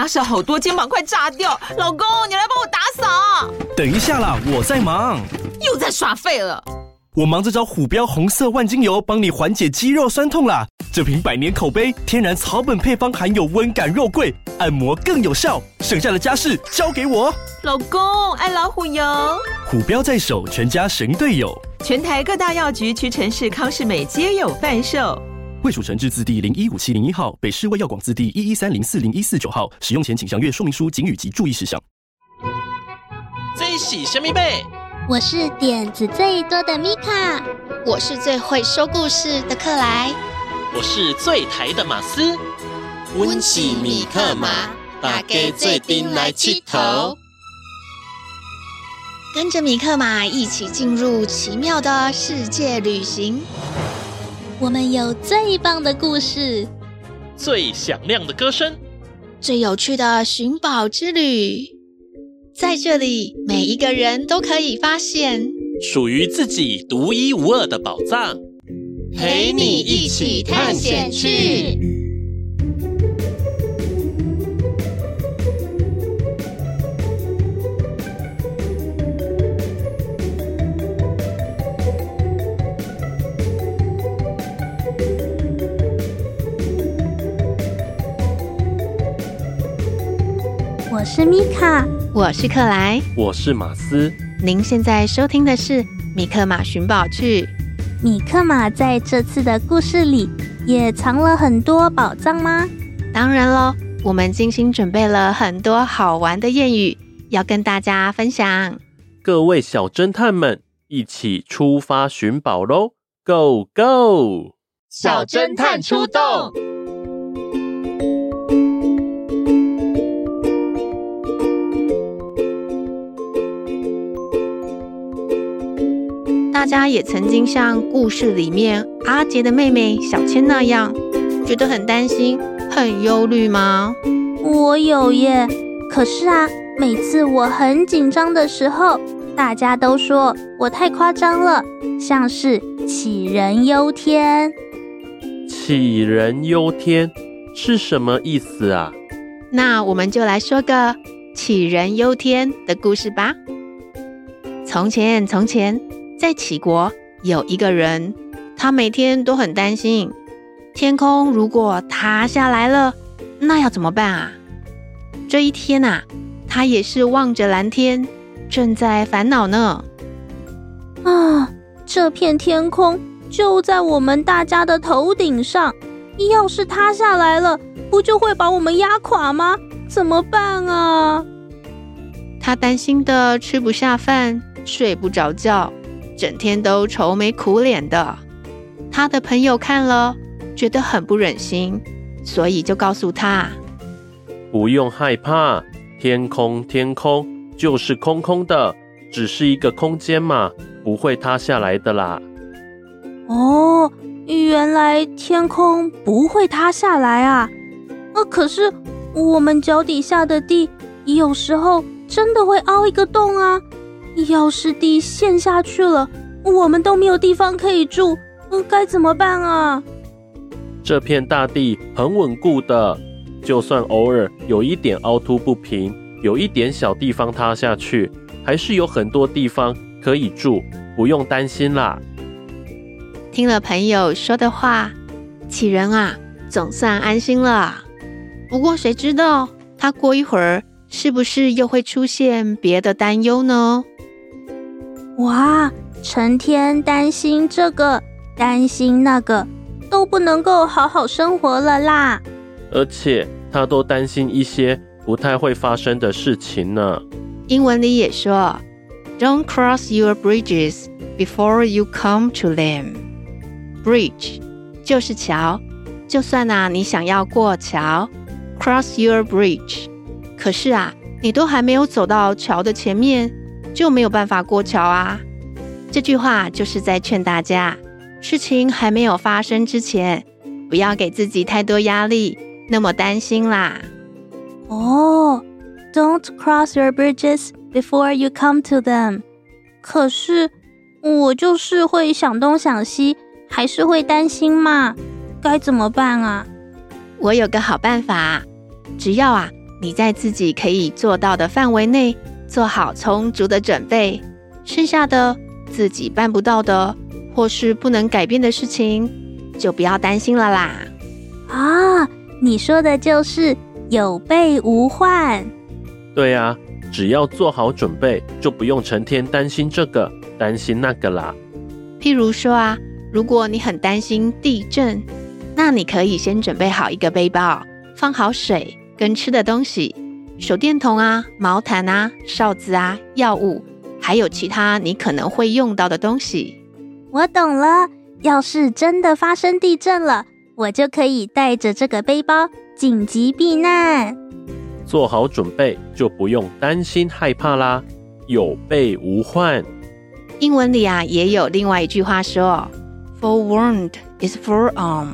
家是好多，肩膀快炸掉。老公，你来帮我打扫。 等一下啦，我在忙。 又在耍废了。 我忙着找虎标红色万金油，帮你缓解肌肉酸痛啦。这瓶100年口碑，天然草本配方，含有温感肉桂，按摩更有效。剩下的家事交给我。 老公，爱老虎油。 虎标在手，全家神队友。 全台各大药局、屈臣氏、康是美皆有贩售。 卫署成字字第015701号，北市卫药广字第113040149号。使用前请详阅说明书、警语及注意事项。 最喜什么贝？ 我是点子最多的米卡， 我是最会说故事的克莱， 我是最台的马斯。 阮是米克马，大家做阵来佚佗。 跟着米克马一起进入奇妙的世界旅行。 我们有最棒的故事， 最响亮的歌声， 最有趣的寻宝之旅。在这里，每一个人都可以发现属于自己独一无二的宝藏， 陪你一起探险去。 我是米卡， 我是克莱， 我是马斯。 您现在收听的是米克马寻宝趣。 米克马在这次的故事里也藏了很多宝藏吗？ 当然咯，我们精心准备了很多好玩的谚语要跟大家分享。 各位小侦探们，一起出发寻宝咯 Go Go！ 小侦探出动！ 大家也曾经像故事里面阿杰的妹妹小千那样，觉得很担心、很忧虑吗？ 我有耶，可是啊，每次我很紧张的时候，大家都说我太夸张了，像是杞人忧天。 杞人忧天是什么意思啊？ 那我们就来说个杞人忧天的故事吧。从前，在杞国有一个人，他每天都很担心，天空如果塌下来了，那要怎么办啊？这一天啊，他也是望着蓝天，正在烦恼呢。 这片天空就在我们大家的头顶上，要是塌下来了，不就会把我们压垮吗？怎么办啊？ 他担心的吃不下饭，睡不着觉，整天都愁眉苦脸的。他的朋友看了，觉得很不忍心，所以就告诉他， 不用害怕，天空就是空空的，只是一个空间嘛，不会塌下来的啦。 哦，原来天空不会塌下来啊！可是我们脚底下的地有时候真的会凹一个洞啊，要是地陷下去了，我们都没有地方可以住，该怎么办啊？ 这片大地很稳固的，就算偶尔有一点凹凸不平，有一点小地方塌下去，还是有很多地方可以住，不用担心啦。 听了朋友说的话，杞人啊，总算安心了。不过谁知道他过一会儿是不是又会出现别的担忧呢？ 哇，成天担心这个担心那个，都不能够好好生活了啦。 而且他都担心一些不太会发生的事情呢。 英文里也说 Don't cross your bridges before you come to them。 Bridge 就是桥，就算你想要过桥 Cross your bridge， 可是你都还没有走到桥的前面，就没有办法过桥啊。这句话就是在劝大家，事情还没有发生之前，不要给自己太多压力，那么担心啦。 Don't cross your bridges before you come to them。 可是我就是会想东想西，还是会担心嘛，该怎么办啊？ 我有个好办法，只要你在自己可以做到的范围内做好充足的准备，剩下的自己办不到的或是不能改变的事情，就不要担心了啦。 啊，你说的就是有备无患。 对啊，只要做好准备，就不用成天担心这个担心那个啦。 譬如说啊，如果你很担心地震，那你可以先准备好一个背包，放好水跟吃的东西，手电筒啊、毛毯啊、哨子啊、药物，还有其他你可能会用到的东西。 我懂了，要是真的发生地震了，我就可以带着这个背包紧急避难。 做好准备，就不用担心害怕啦，有备无患。 英文里啊，也有另外一句话说 Forewarned is forearmed。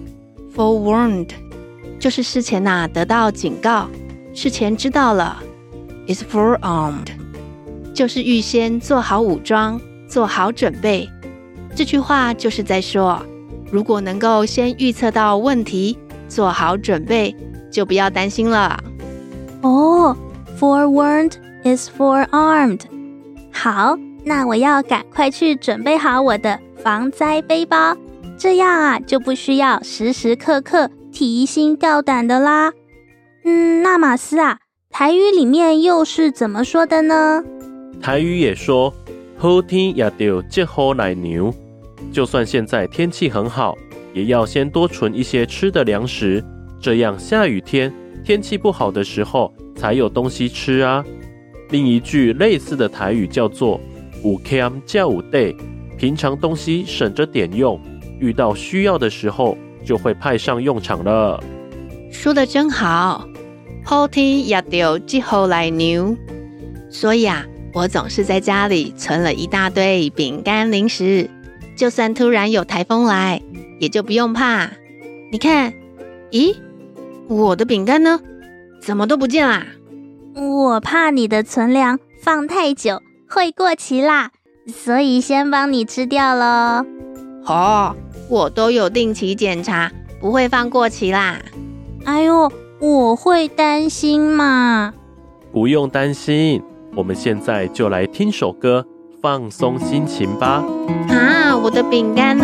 Forewarned 就是事前得到警告，事前知道了。 is forearmed 就是预先做好武装，做好准备。这句话就是在说，如果能够先预测到问题，做好准备，就不要担心了。 哦， Forewarned is forearmed。 好，那我要赶快去准备好我的防灾背包，这样就不需要时时刻刻提心吊胆的啦。那马斯台语里面又是怎么说的呢？ 台语也说好天也要接好来牛，就算现在天气很好，也要先多存一些吃的粮食，这样下雨天天气不好的时候才有东西吃啊。另一句类似的台语叫做有欠才有底，平常东西省着点用，遇到需要的时候就会派上用场了。 说得真好，好天也要接好来牛。所以我总是在家里存了一大堆饼干零食，就算突然有台风来，也就不用怕。你看，咦，我的饼干呢？怎么都不见啦？ 我怕你的存粮放太久会过期啦，所以先帮你吃掉咯。 我都有定期检查，不会放过期啦。 哎呦，我会担心嘛。 不用担心，我们现在就来听首歌，放松心情吧。 我的饼干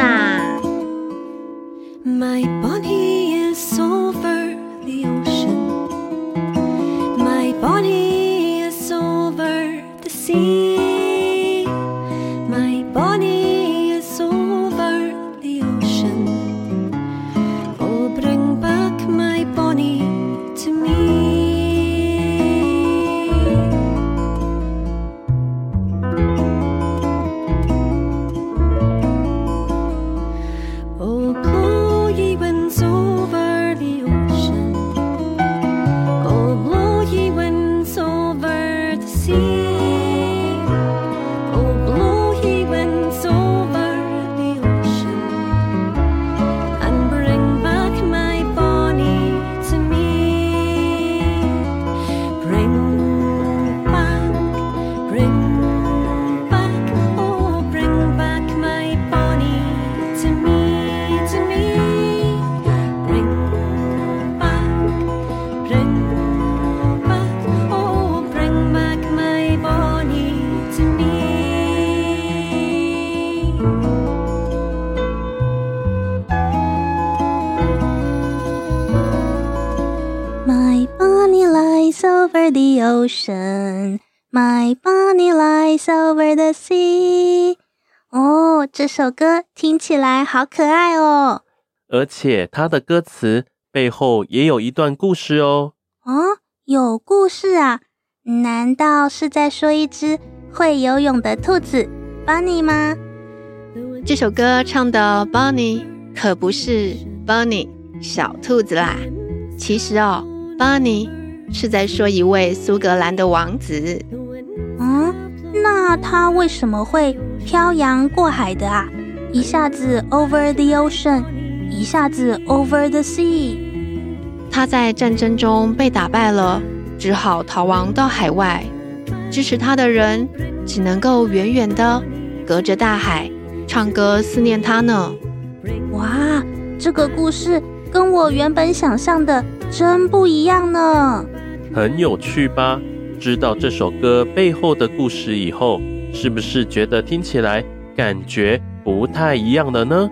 My body is over the ocean. My body is over the sea. My body is over the ocean. Oh, bring back my body to me. ，lies over the ocean. My bunny lies over the sea. 这首歌听起来好可爱哦。 而且它的歌词背后也有一段故事哦。 有故事啊？难道是在说一只会游泳的兔子 Bunny 吗？ 这首歌唱的 Bunny 可不是 Bunny 小兔子啦。其实Bunny 是在说一位苏格兰的王子。 那他为什么会漂洋过海的啊？一下子 over the ocean， 一下子 over the sea。 他在战争中被打败了，只好逃亡到海外。支持他的人只能够远远的隔着大海唱歌思念他呢。 哇，这个故事跟我原本想象的真不一样呢。 很有趣吧？知道这首歌背后的故事以后，是不是觉得听起来感觉不太一样了呢？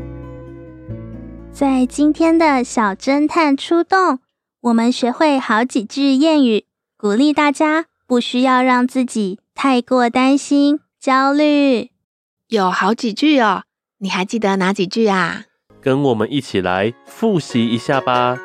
在今天的小侦探出动，我们学会好几句谚语，鼓励大家不需要让自己太过担心、焦虑。 有好几句哦，你还记得哪几句啊？ 跟我们一起来复习一下吧。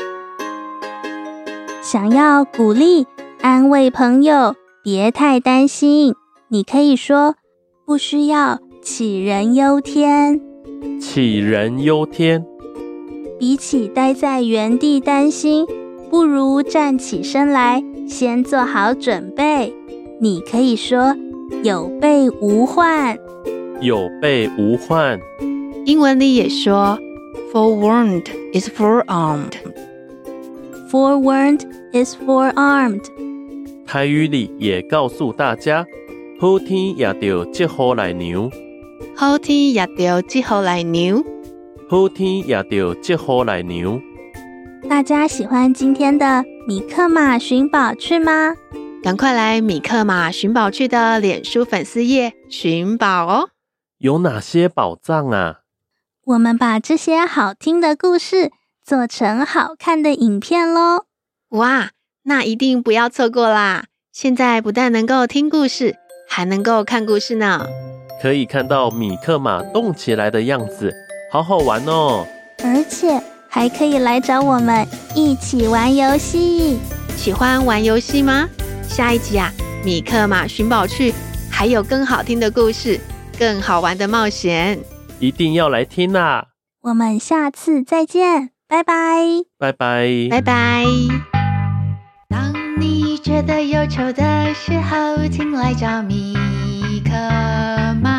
想要鼓励、安慰朋友，别太担心，你可以说不需要杞人忧天。 杞人忧天， 比起待在原地担心，不如站起身来，先做好准备。你可以说有备无患。 有备无患。 英文里也说 Forewarned is forearmed。 Forewarned is forearmed。 台语里也告诉大家，好天也着这雨来牛， 好天也着这雨来牛。 好天也着这雨来牛。 大家喜欢今天的米克马寻宝趣吗？ 赶快来米克马寻宝趣的脸书粉丝页寻宝哦！ 有哪些宝藏啊？ 我们把这些好听的故事做成好看的影片咯。 哇，那一定不要错过啦！现在不但能够听故事，还能够看故事呢。 可以看到米克马动起来的样子，好好玩哦！ 而且还可以来找我们一起玩游戏。 喜欢玩游戏吗？下一集啊，米克马寻宝趣还有更好听的故事，更好玩的冒险， 一定要来听啦！ 我们下次再见，拜拜， 拜拜， 拜拜。当你觉得忧愁的时候，请来找米克马，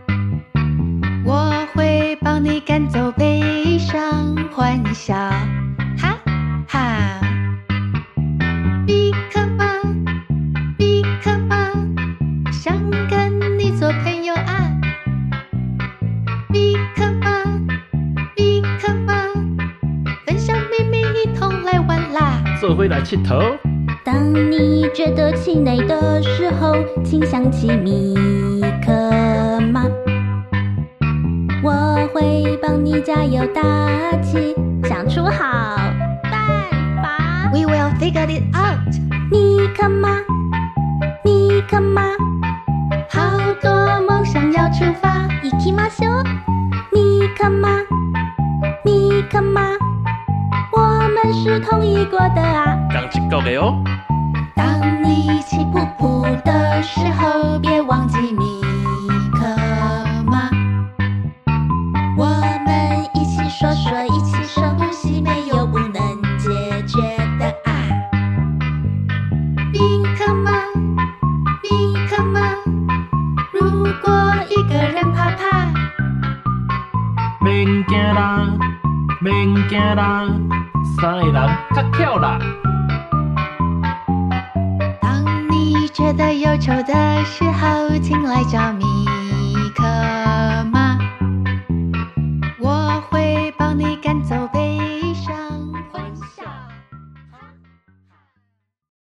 我会帮你赶走悲伤，欢笑，哈哈。米克马，米克马，想跟你做朋友啊！米克马，米克马，分享秘密，一同来玩啦！ 做伙来佚佗。 当你觉得气馁的时候，请想起米克马，我会帮你加油打气，想出好办法。 We will figure it out。 米克马，米克马，好多梦想要出发，行きましょう。米克马，米克马，我们是同一国的啊。 同一国的哦。 当你气噗噗的时候，别忘记米克马，我们一起说说，一起深呼吸，没有不能解决的啊。米克马，米克马，如果一个人怕怕， 免惊啦，免惊啦，三个人较巧啦。 当你觉得忧愁的时候，请来找米